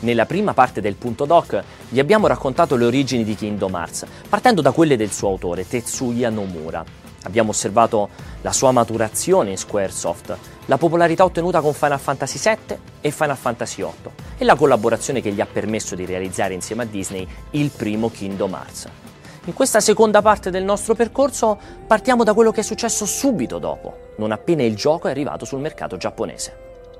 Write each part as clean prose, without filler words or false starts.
Nella prima parte del Punto Doc vi abbiamo raccontato le origini di Kingdom Hearts, partendo da quelle del suo autore, Tetsuya Nomura. Abbiamo osservato la sua maturazione in Squaresoft, la popolarità ottenuta con Final Fantasy VII e Final Fantasy VIII e la collaborazione che gli ha permesso di realizzare insieme a Disney il primo Kingdom Hearts. In questa seconda parte del nostro percorso partiamo da quello che è successo subito dopo, non appena il gioco è arrivato sul mercato giapponese.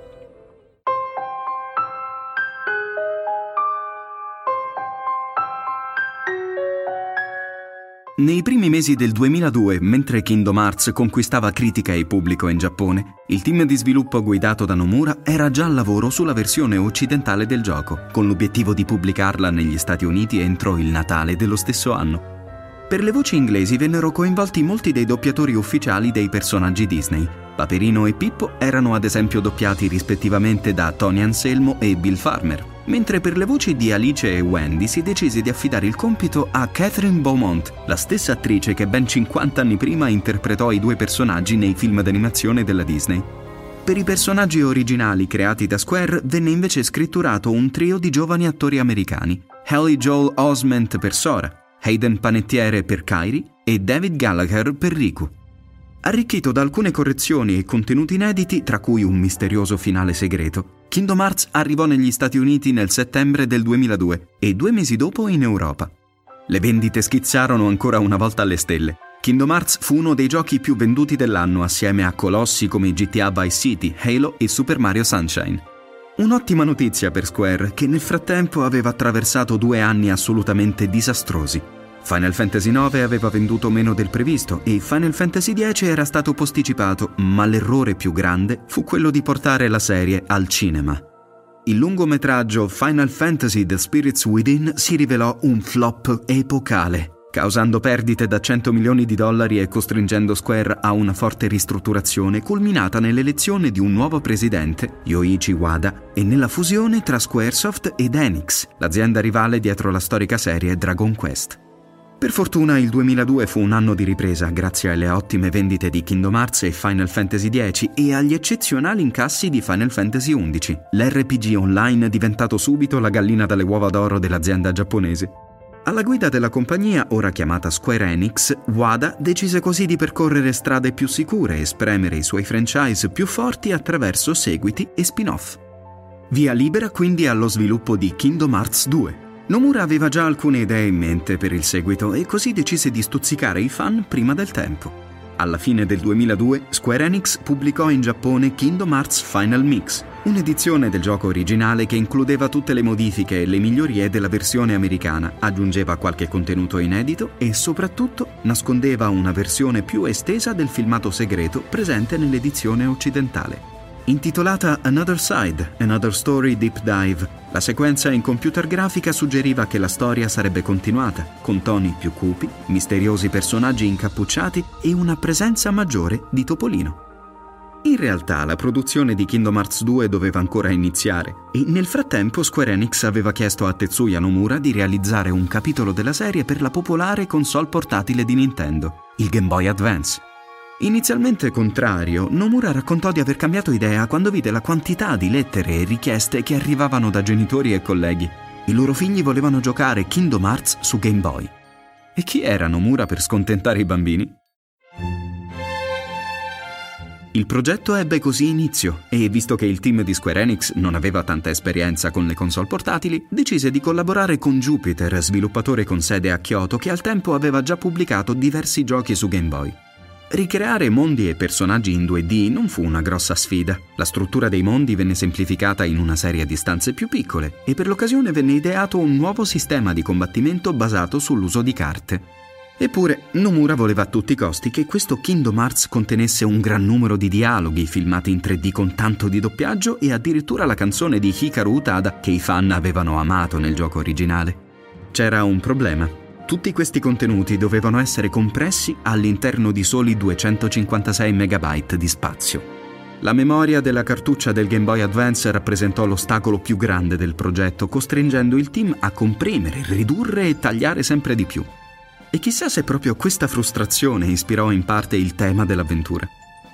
Nei primi mesi del 2002, mentre Kingdom Hearts conquistava critica e pubblico in Giappone, il team di sviluppo guidato da Nomura era già al lavoro sulla versione occidentale del gioco, con l'obiettivo di pubblicarla negli Stati Uniti entro il Natale dello stesso anno. Per le voci inglesi vennero coinvolti molti dei doppiatori ufficiali dei personaggi Disney. Paperino e Pippo erano ad esempio doppiati rispettivamente da Tony Anselmo e Bill Farmer, mentre per le voci di Alice e Wendy si decise di affidare il compito a Catherine Beaumont, la stessa attrice che ben 50 anni prima interpretò i due personaggi nei film d'animazione della Disney. Per i personaggi originali creati da Square venne invece scritturato un trio di giovani attori americani: Haley Joel Osment per Sora, Hayden Panettiere per Kairi e David Gallagher per Riku. Arricchito da alcune correzioni e contenuti inediti, tra cui un misterioso finale segreto, Kingdom Hearts arrivò negli Stati Uniti nel settembre del 2002 e 2 mesi dopo in Europa. Le vendite schizzarono ancora una volta alle stelle. Kingdom Hearts fu uno dei giochi più venduti dell'anno assieme a colossi come GTA Vice City, Halo e Super Mario Sunshine. Un'ottima notizia per Square, che nel frattempo aveva attraversato 2 anni assolutamente disastrosi. Final Fantasy IX aveva venduto meno del previsto e Final Fantasy X era stato posticipato, ma l'errore più grande fu quello di portare la serie al cinema. Il lungometraggio Final Fantasy The Spirits Within si rivelò un flop epocale, causando perdite da $100 milioni e costringendo Square a una forte ristrutturazione culminata nell'elezione di un nuovo presidente, Yoichi Wada, e nella fusione tra Squaresoft ed Enix, l'azienda rivale dietro la storica serie Dragon Quest. Per fortuna il 2002 fu un anno di ripresa grazie alle ottime vendite di Kingdom Hearts e Final Fantasy X e agli eccezionali incassi di Final Fantasy XI, l'RPG online diventato subito la gallina dalle uova d'oro dell'azienda giapponese. Alla guida della compagnia, ora chiamata Square Enix, Wada decise così di percorrere strade più sicure e spremere i suoi franchise più forti attraverso seguiti e spin-off. Via libera quindi allo sviluppo di Kingdom Hearts 2. Nomura aveva già alcune idee in mente per il seguito e così decise di stuzzicare i fan prima del tempo. Alla fine del 2002, Square Enix pubblicò in Giappone Kingdom Hearts Final Mix, un'edizione del gioco originale che includeva tutte le modifiche e le migliorie della versione americana, aggiungeva qualche contenuto inedito e soprattutto nascondeva una versione più estesa del filmato segreto presente nell'edizione occidentale. Intitolata Another Side, Another Story Deep Dive, la sequenza in computer grafica suggeriva che la storia sarebbe continuata, con toni più cupi, misteriosi personaggi incappucciati e una presenza maggiore di Topolino. In realtà la produzione di Kingdom Hearts 2 doveva ancora iniziare e nel frattempo Square Enix aveva chiesto a Tetsuya Nomura di realizzare un capitolo della serie per la popolare console portatile di Nintendo, il Game Boy Advance. Inizialmente contrario, Nomura raccontò di aver cambiato idea quando vide la quantità di lettere e richieste che arrivavano da genitori e colleghi. I loro figli volevano giocare Kingdom Hearts su Game Boy. E chi era Nomura per scontentare i bambini? Il progetto ebbe così inizio e, visto che il team di Square Enix non aveva tanta esperienza con le console portatili, decise di collaborare con Jupiter, sviluppatore con sede a Kyoto che al tempo aveva già pubblicato diversi giochi su Game Boy. Ricreare mondi e personaggi in 2D non fu una grossa sfida. La struttura dei mondi venne semplificata in una serie di stanze più piccole e per l'occasione venne ideato un nuovo sistema di combattimento basato sull'uso di carte. Eppure, Nomura voleva a tutti i costi che questo Kingdom Hearts contenesse un gran numero di dialoghi filmati in 3D con tanto di doppiaggio e addirittura la canzone di Hikaru Utada che i fan avevano amato nel gioco originale. C'era un problema. Tutti questi contenuti dovevano essere compressi all'interno di soli 256 MB di spazio. La memoria della cartuccia del Game Boy Advance rappresentò l'ostacolo più grande del progetto, costringendo il team a comprimere, ridurre e tagliare sempre di più. E chissà se proprio questa frustrazione ispirò in parte il tema dell'avventura.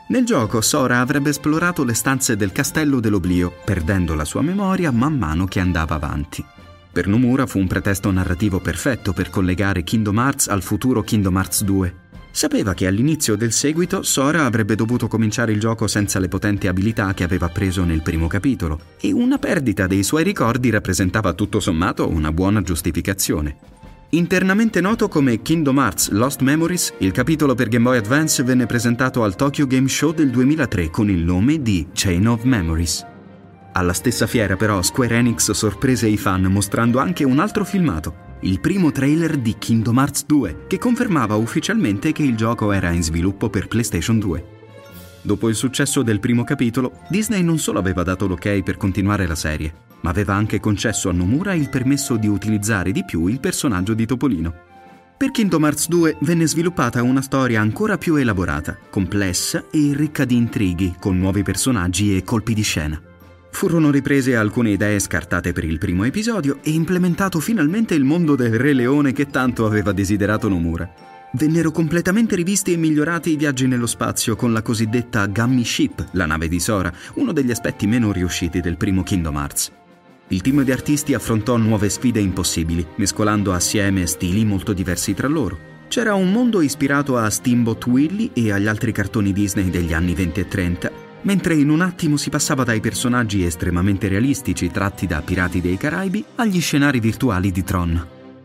Nel gioco Sora avrebbe esplorato le stanze del Castello dell'Oblio, perdendo la sua memoria man mano che andava avanti. Per Nomura fu un pretesto narrativo perfetto per collegare Kingdom Hearts al futuro Kingdom Hearts 2. Sapeva che all'inizio del seguito Sora avrebbe dovuto cominciare il gioco senza le potenti abilità che aveva appreso nel primo capitolo, e una perdita dei suoi ricordi rappresentava tutto sommato una buona giustificazione. Internamente noto come Kingdom Hearts Lost Memories, il capitolo per Game Boy Advance venne presentato al Tokyo Game Show del 2003 con il nome di Chain of Memories. Alla stessa fiera però Square Enix sorprese i fan mostrando anche un altro filmato, il primo trailer di Kingdom Hearts 2, che confermava ufficialmente che il gioco era in sviluppo per PlayStation 2. Dopo il successo del primo capitolo, Disney non solo aveva dato l'ok per continuare la serie, ma aveva anche concesso a Nomura il permesso di utilizzare di più il personaggio di Topolino. Per Kingdom Hearts 2 venne sviluppata una storia ancora più elaborata, complessa e ricca di intrighi, con nuovi personaggi e colpi di scena. Furono riprese alcune idee scartate per il primo episodio e implementato finalmente il mondo del Re Leone che tanto aveva desiderato Nomura. Vennero completamente rivisti e migliorati i viaggi nello spazio con la cosiddetta Gummy Ship, la nave di Sora, uno degli aspetti meno riusciti del primo Kingdom Hearts. Il team di artisti affrontò nuove sfide impossibili, mescolando assieme stili molto diversi tra loro. C'era un mondo ispirato a Steamboat Willie e agli altri cartoni Disney degli anni 20 e 30, mentre in un attimo si passava dai personaggi estremamente realistici tratti da Pirati dei Caraibi agli scenari virtuali di Tron.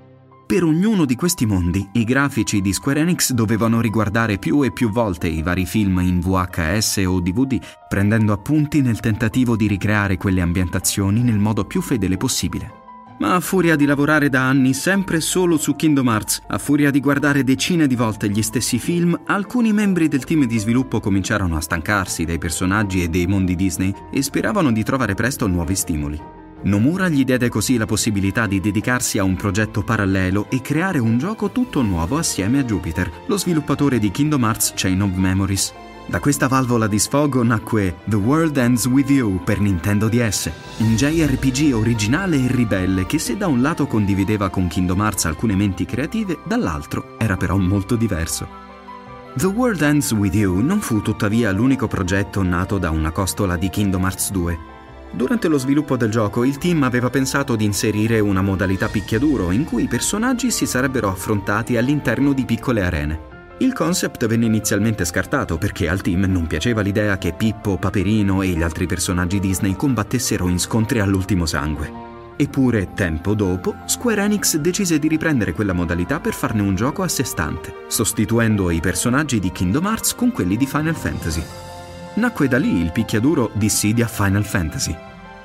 Per ognuno di questi mondi, i grafici di Square Enix dovevano riguardare più e più volte i vari film in VHS o DVD, prendendo appunti nel tentativo di ricreare quelle ambientazioni nel modo più fedele possibile. Ma a furia di lavorare da anni sempre solo su Kingdom Hearts, a furia di guardare decine di volte gli stessi film, alcuni membri del team di sviluppo cominciarono a stancarsi dei personaggi e dei mondi Disney e speravano di trovare presto nuovi stimoli. Nomura gli diede così la possibilità di dedicarsi a un progetto parallelo e creare un gioco tutto nuovo assieme a Jupiter, lo sviluppatore di Kingdom Hearts Chain of Memories. Da questa valvola di sfogo nacque The World Ends With You per Nintendo DS, un JRPG originale e ribelle che se da un lato condivideva con Kingdom Hearts alcune menti creative, dall'altro era però molto diverso. The World Ends With You non fu tuttavia l'unico progetto nato da una costola di Kingdom Hearts 2. Durante lo sviluppo del gioco il team aveva pensato di inserire una modalità picchiaduro in cui i personaggi si sarebbero affrontati all'interno di piccole arene. Il concept venne inizialmente scartato perché al team non piaceva l'idea che Pippo, Paperino e gli altri personaggi Disney combattessero in scontri all'ultimo sangue. Eppure, tempo dopo, Square Enix decise di riprendere quella modalità per farne un gioco a sé stante, sostituendo i personaggi di Kingdom Hearts con quelli di Final Fantasy. Nacque da lì il picchiaduro Dissidia Final Fantasy.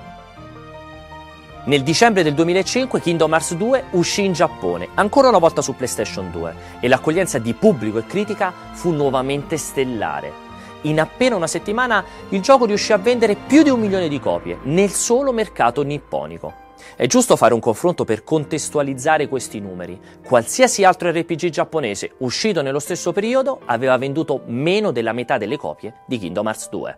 Nel dicembre del 2005 Kingdom Hearts 2 uscì in Giappone, ancora una volta su PlayStation 2, e l'accoglienza di pubblico e critica fu nuovamente stellare. In appena una settimana il gioco riuscì a vendere più di 1 milione di copie nel solo mercato nipponico. È giusto fare un confronto per contestualizzare questi numeri. Qualsiasi altro RPG giapponese uscito nello stesso periodo aveva venduto meno della metà delle copie di Kingdom Hearts 2.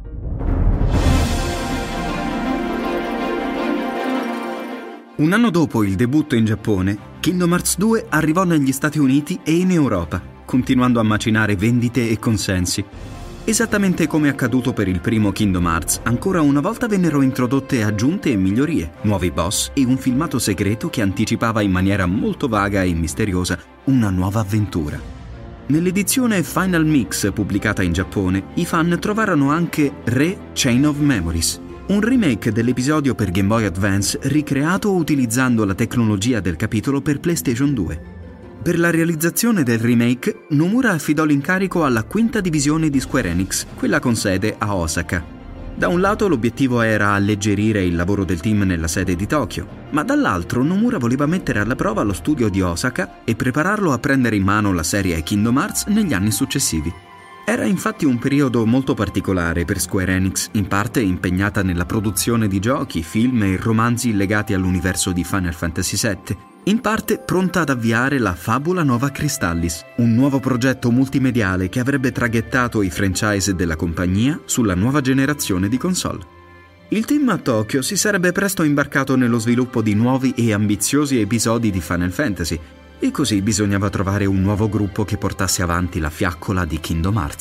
Un anno dopo il debutto in Giappone, Kingdom Hearts 2 arrivò negli Stati Uniti e in Europa, continuando a macinare vendite e consensi. Esattamente come accaduto per il primo Kingdom Hearts, ancora una volta vennero introdotte aggiunte e migliorie, nuovi boss e un filmato segreto che anticipava in maniera molto vaga e misteriosa una nuova avventura. Nell'edizione Final Mix pubblicata in Giappone, i fan trovarono anche Re Chain of Memories, un remake dell'episodio per Game Boy Advance ricreato utilizzando la tecnologia del capitolo per PlayStation 2. Per la realizzazione del remake, Nomura affidò l'incarico alla quinta divisione di Square Enix, quella con sede a Osaka. Da un lato l'obiettivo era alleggerire il lavoro del team nella sede di Tokyo, ma dall'altro Nomura voleva mettere alla prova lo studio di Osaka e prepararlo a prendere in mano la serie Kingdom Hearts negli anni successivi. Era infatti un periodo molto particolare per Square Enix, in parte impegnata nella produzione di giochi, film e romanzi legati all'universo di Final Fantasy VII, in parte pronta ad avviare la Fabula Nova Crystallis, un nuovo progetto multimediale che avrebbe traghettato i franchise della compagnia sulla nuova generazione di console. Il team a Tokyo si sarebbe presto imbarcato nello sviluppo di nuovi e ambiziosi episodi di Final Fantasy, e così bisognava trovare un nuovo gruppo che portasse avanti la fiaccola di Kingdom Hearts.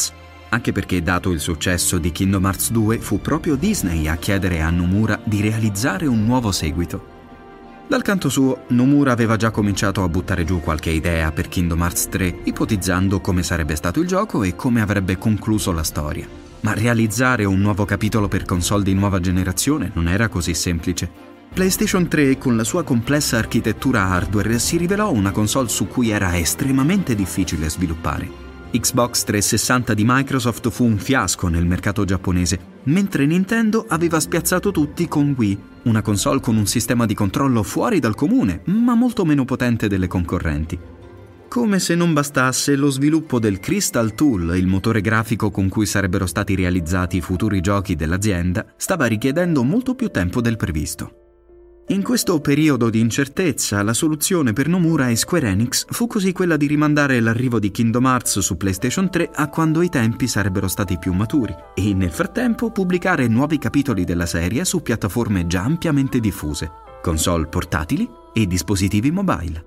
anche perché, dato il successo di Kingdom Hearts 2, fu proprio Disney a chiedere a Nomura di realizzare un nuovo seguito. Dal canto suo, Nomura aveva già cominciato a buttare giù qualche idea per Kingdom Hearts 3, ipotizzando come sarebbe stato il gioco e come avrebbe concluso la storia. Ma realizzare un nuovo capitolo per console di nuova generazione non era così semplice. PlayStation 3, con la sua complessa architettura hardware, si rivelò una console su cui era estremamente difficile sviluppare. Xbox 360 di Microsoft fu un fiasco nel mercato giapponese, mentre Nintendo aveva spiazzato tutti con Wii, una console con un sistema di controllo fuori dal comune, ma molto meno potente delle concorrenti. Come se non bastasse, lo sviluppo del Crystal Tool, il motore grafico con cui sarebbero stati realizzati i futuri giochi dell'azienda, stava richiedendo molto più tempo del previsto. In questo periodo di incertezza, la soluzione per Nomura e Square Enix fu così quella di rimandare l'arrivo di Kingdom Hearts su PlayStation 3 a quando i tempi sarebbero stati più maturi e nel frattempo pubblicare nuovi capitoli della serie su piattaforme già ampiamente diffuse, console portatili e dispositivi mobile.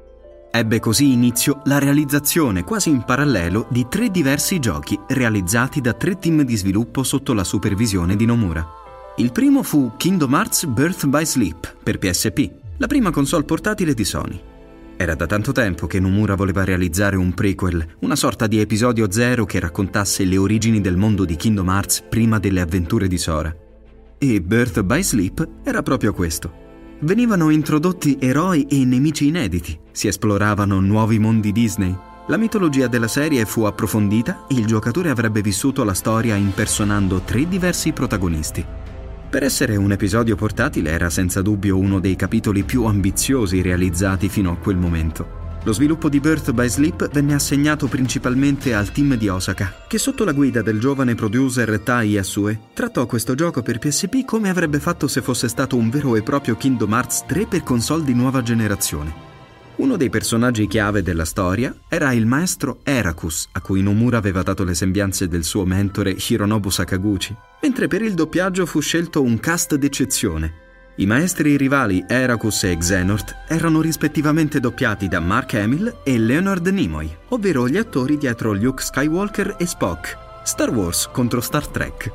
Ebbe così inizio la realizzazione quasi in parallelo di 3 diversi giochi realizzati da 3 team di sviluppo sotto la supervisione di Nomura. Il primo fu Kingdom Hearts Birth by Sleep per PSP, la prima console portatile di Sony. Era da tanto tempo che Nomura voleva realizzare un prequel, una sorta di episodio zero che raccontasse le origini del mondo di Kingdom Hearts prima delle avventure di Sora. E Birth by Sleep era proprio questo. Venivano introdotti eroi e nemici inediti, si esploravano nuovi mondi Disney. La mitologia della serie fu approfondita e il giocatore avrebbe vissuto la storia impersonando 3 diversi protagonisti. Per essere un episodio portatile era senza dubbio uno dei capitoli più ambiziosi realizzati fino a quel momento. Lo sviluppo di Birth by Sleep venne assegnato principalmente al team di Osaka, che sotto la guida del giovane producer Tai Yasue trattò questo gioco per PSP come avrebbe fatto se fosse stato un vero e proprio Kingdom Hearts 3 per console di nuova generazione. Uno dei personaggi chiave della storia era il maestro Heracus, a cui Nomura aveva dato le sembianze del suo mentore Hironobu Sakaguchi, mentre per il doppiaggio fu scelto un cast d'eccezione. I maestri rivali Heracus e Xehanort erano rispettivamente doppiati da Mark Hamill e Leonard Nimoy, ovvero gli attori dietro Luke Skywalker e Spock, Star Wars contro Star Trek.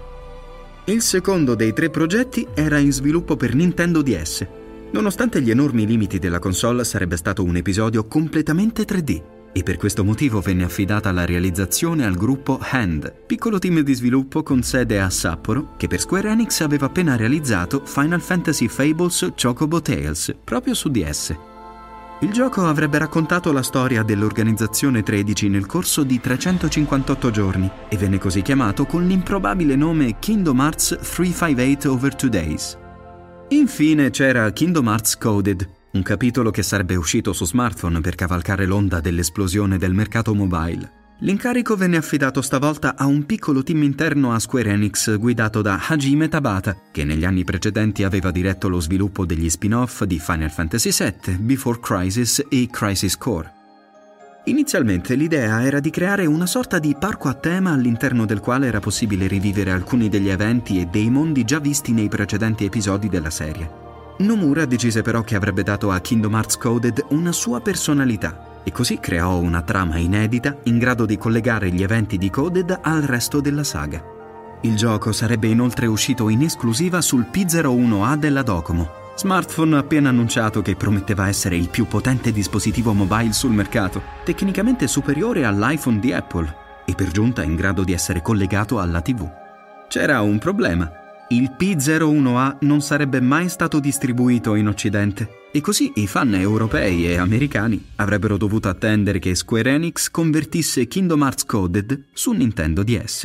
Il secondo dei 3 progetti era in sviluppo per Nintendo DS. Nonostante gli enormi limiti della console, sarebbe stato un episodio completamente 3D e per questo motivo venne affidata la realizzazione al gruppo Hand, piccolo team di sviluppo con sede a Sapporo, che per Square Enix aveva appena realizzato Final Fantasy Fables Chocobo Tales, proprio su DS. Il gioco avrebbe raccontato la storia dell'Organizzazione 13 nel corso di 358 giorni e venne così chiamato con l'improbabile nome Kingdom Hearts 358 Over 2 Days. Infine c'era Kingdom Hearts Coded, un capitolo che sarebbe uscito su smartphone per cavalcare l'onda dell'esplosione del mercato mobile. L'incarico venne affidato stavolta a un piccolo team interno a Square Enix guidato da Hajime Tabata, che negli anni precedenti aveva diretto lo sviluppo degli spin-off di Final Fantasy VII, Before Crisis e Crisis Core. Inizialmente l'idea era di creare una sorta di parco a tema all'interno del quale era possibile rivivere alcuni degli eventi e dei mondi già visti nei precedenti episodi della serie. Nomura decise però che avrebbe dato a Kingdom Hearts Coded una sua personalità e così creò una trama inedita in grado di collegare gli eventi di Coded al resto della saga. Il gioco sarebbe inoltre uscito in esclusiva sul P01A della Docomo, smartphone appena annunciato che prometteva essere il più potente dispositivo mobile sul mercato, tecnicamente superiore all'iPhone di Apple e per giunta in grado di essere collegato alla TV. C'era un problema. Il P01A non sarebbe mai stato distribuito in Occidente e così i fan europei e americani avrebbero dovuto attendere che Square Enix convertisse Kingdom Hearts Coded su Nintendo DS.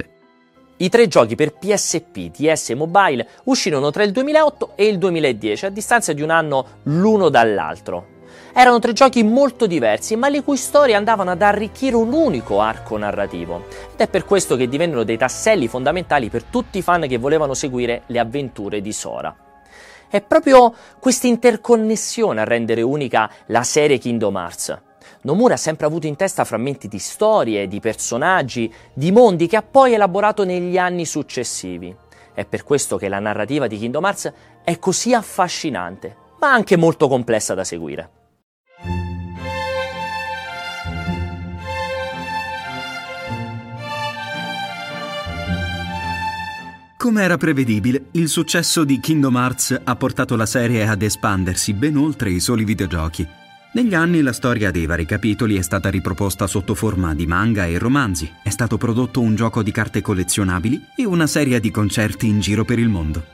I 3 giochi per PSP, DS e mobile uscirono tra il 2008 e il 2010, a distanza di un anno l'uno dall'altro. Erano 3 giochi molto diversi, ma le cui storie andavano ad arricchire un unico arco narrativo. Ed è per questo che divennero dei tasselli fondamentali per tutti i fan che volevano seguire le avventure di Sora. È proprio questa interconnessione a rendere unica la serie Kingdom Hearts. Nomura ha sempre avuto in testa frammenti di storie, di personaggi, di mondi che ha poi elaborato negli anni successivi. È per questo che la narrativa di Kingdom Hearts è così affascinante, ma anche molto complessa da seguire. Come era prevedibile, il successo di Kingdom Hearts ha portato la serie ad espandersi ben oltre i soli videogiochi. Negli anni la storia dei vari capitoli è stata riproposta sotto forma di manga e romanzi, è stato prodotto un gioco di carte collezionabili e una serie di concerti in giro per il mondo.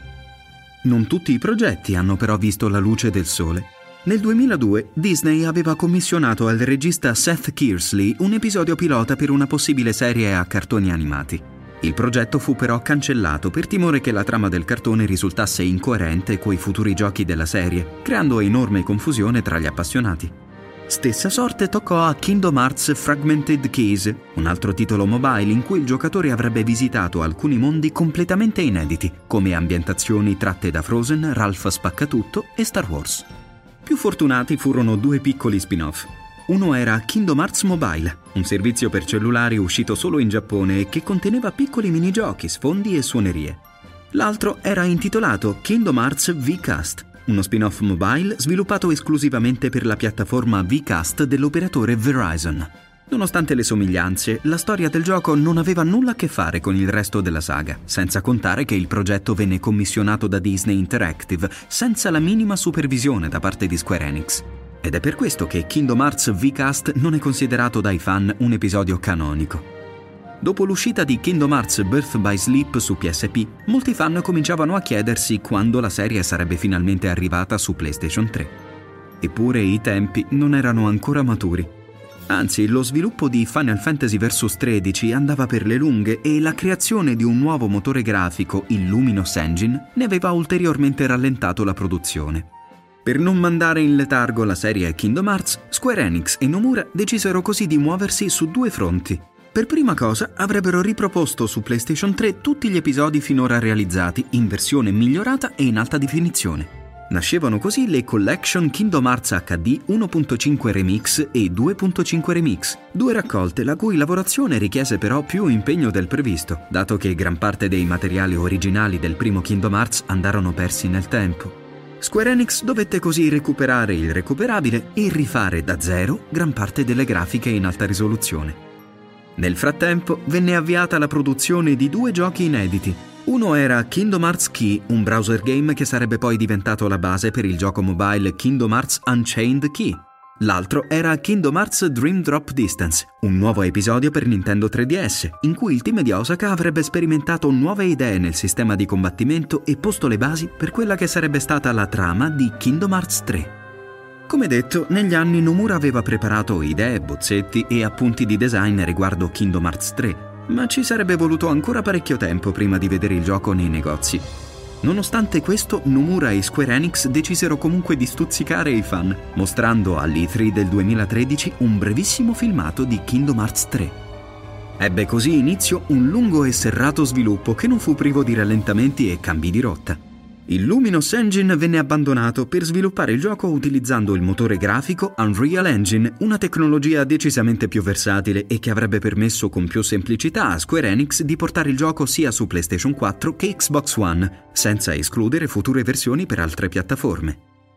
Non tutti i progetti hanno però visto la luce del sole. Nel 2002 Disney aveva commissionato al regista Seth Kearsley un episodio pilota per una possibile serie a cartoni animati. Il progetto fu però cancellato per timore che la trama del cartone risultasse incoerente coi futuri giochi della serie, creando enorme confusione tra gli appassionati. Stessa sorte toccò a Kingdom Hearts Fragmented Keys, un altro titolo mobile in cui il giocatore avrebbe visitato alcuni mondi completamente inediti, come ambientazioni tratte da Frozen, Ralph Spaccatutto e Star Wars. Più fortunati furono due piccoli spin-off. Uno era Kingdom Hearts Mobile, un servizio per cellulari uscito solo in Giappone e che conteneva piccoli minigiochi, sfondi e suonerie. L'altro era intitolato Kingdom Hearts V-Cast, uno spin-off mobile sviluppato esclusivamente per la piattaforma V-Cast dell'operatore Verizon. Nonostante le somiglianze, la storia del gioco non aveva nulla a che fare con il resto della saga, senza contare che il progetto venne commissionato da Disney Interactive senza la minima supervisione da parte di Square Enix. Ed è per questo che Kingdom Hearts V-Cast non è considerato dai fan un episodio canonico. Dopo l'uscita di Kingdom Hearts Birth by Sleep su PSP, molti fan cominciavano a chiedersi quando la serie sarebbe finalmente arrivata su PlayStation 3. Eppure i tempi non erano ancora maturi. Anzi, lo sviluppo di Final Fantasy Vs 13 andava per le lunghe e la creazione di un nuovo motore grafico, il Luminous Engine, ne aveva ulteriormente rallentato la produzione. Per non mandare in letargo la serie Kingdom Hearts, Square Enix e Nomura decisero così di muoversi su due fronti. Per prima cosa avrebbero riproposto su PlayStation 3 tutti gli episodi finora realizzati in versione migliorata e in alta definizione. Nascevano così le Collection Kingdom Hearts HD 1.5 Remix e 2.5 Remix, due raccolte la cui lavorazione richiese però più impegno del previsto, dato che gran parte dei materiali originali del primo Kingdom Hearts andarono persi nel tempo. Square Enix dovette così recuperare il recuperabile e rifare da zero gran parte delle grafiche in alta risoluzione. Nel frattempo venne avviata la produzione di due giochi inediti. Uno era Kingdom Hearts Key, un browser game che sarebbe poi diventato la base per il gioco mobile Kingdom Hearts Unchained Key. L'altro era Kingdom Hearts Dream Drop Distance, un nuovo episodio per Nintendo 3DS, in cui il team di Osaka avrebbe sperimentato nuove idee nel sistema di combattimento e posto le basi per quella che sarebbe stata la trama di Kingdom Hearts 3. Come detto, negli anni Nomura aveva preparato idee, bozzetti e appunti di design riguardo Kingdom Hearts 3, ma ci sarebbe voluto ancora parecchio tempo prima di vedere il gioco nei negozi. Nonostante questo, Nomura e Square Enix decisero comunque di stuzzicare i fan, mostrando all'E3 del 2013 un brevissimo filmato di Kingdom Hearts 3. Ebbe così inizio un lungo e serrato sviluppo che non fu privo di rallentamenti e cambi di rotta. Il Luminous Engine venne abbandonato per sviluppare il gioco utilizzando il motore grafico Unreal Engine, una tecnologia decisamente più versatile e che avrebbe permesso con più semplicità a Square Enix di portare il gioco sia su PlayStation 4 che Xbox One, senza escludere future versioni per altre piattaforme.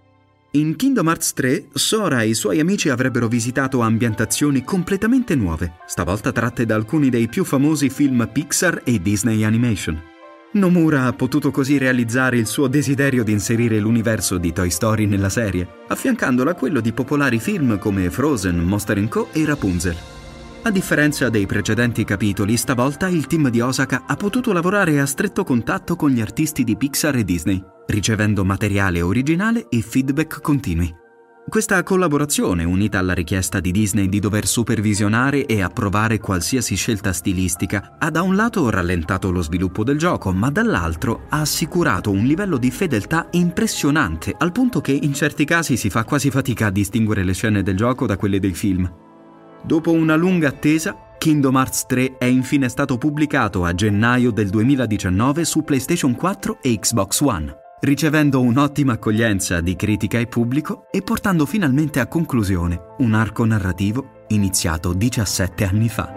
In Kingdom Hearts 3, Sora e i suoi amici avrebbero visitato ambientazioni completamente nuove, stavolta tratte da alcuni dei più famosi film Pixar e Disney Animation. Nomura ha potuto così realizzare il suo desiderio di inserire l'universo di Toy Story nella serie, affiancandolo a quello di popolari film come Frozen, Monster & Co. e Rapunzel. A differenza dei precedenti capitoli, stavolta il team di Osaka ha potuto lavorare a stretto contatto con gli artisti di Pixar e Disney, ricevendo materiale originale e feedback continui. Questa collaborazione, unita alla richiesta di Disney di dover supervisionare e approvare qualsiasi scelta stilistica, ha da un lato rallentato lo sviluppo del gioco, ma dall'altro ha assicurato un livello di fedeltà impressionante, al punto che in certi casi si fa quasi fatica a distinguere le scene del gioco da quelle dei film. Dopo una lunga attesa, Kingdom Hearts 3 è infine stato pubblicato a gennaio del 2019 su PlayStation 4 e Xbox One, ricevendo un'ottima accoglienza di critica e pubblico e portando finalmente a conclusione un arco narrativo iniziato 17 anni fa.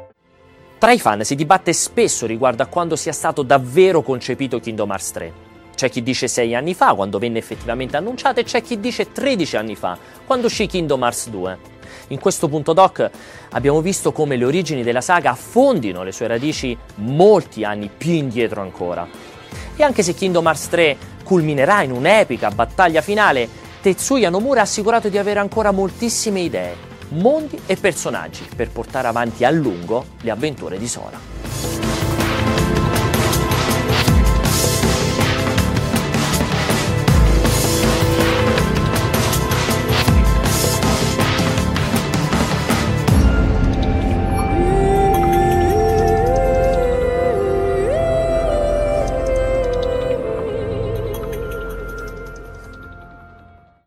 Tra i fan si dibatte spesso riguardo a quando sia stato davvero concepito Kingdom Hearts 3. C'è chi dice 6 anni fa, quando venne effettivamente annunciata, e c'è chi dice 13 anni fa, quando uscì Kingdom Hearts 2. In questo punto doc abbiamo visto come le origini della saga affondino le sue radici molti anni più indietro ancora. E anche se Kingdom Hearts 3 culminerà in un'epica battaglia finale, Tetsuya Nomura ha assicurato di avere ancora moltissime idee, mondi e personaggi per portare avanti a lungo le avventure di Sora.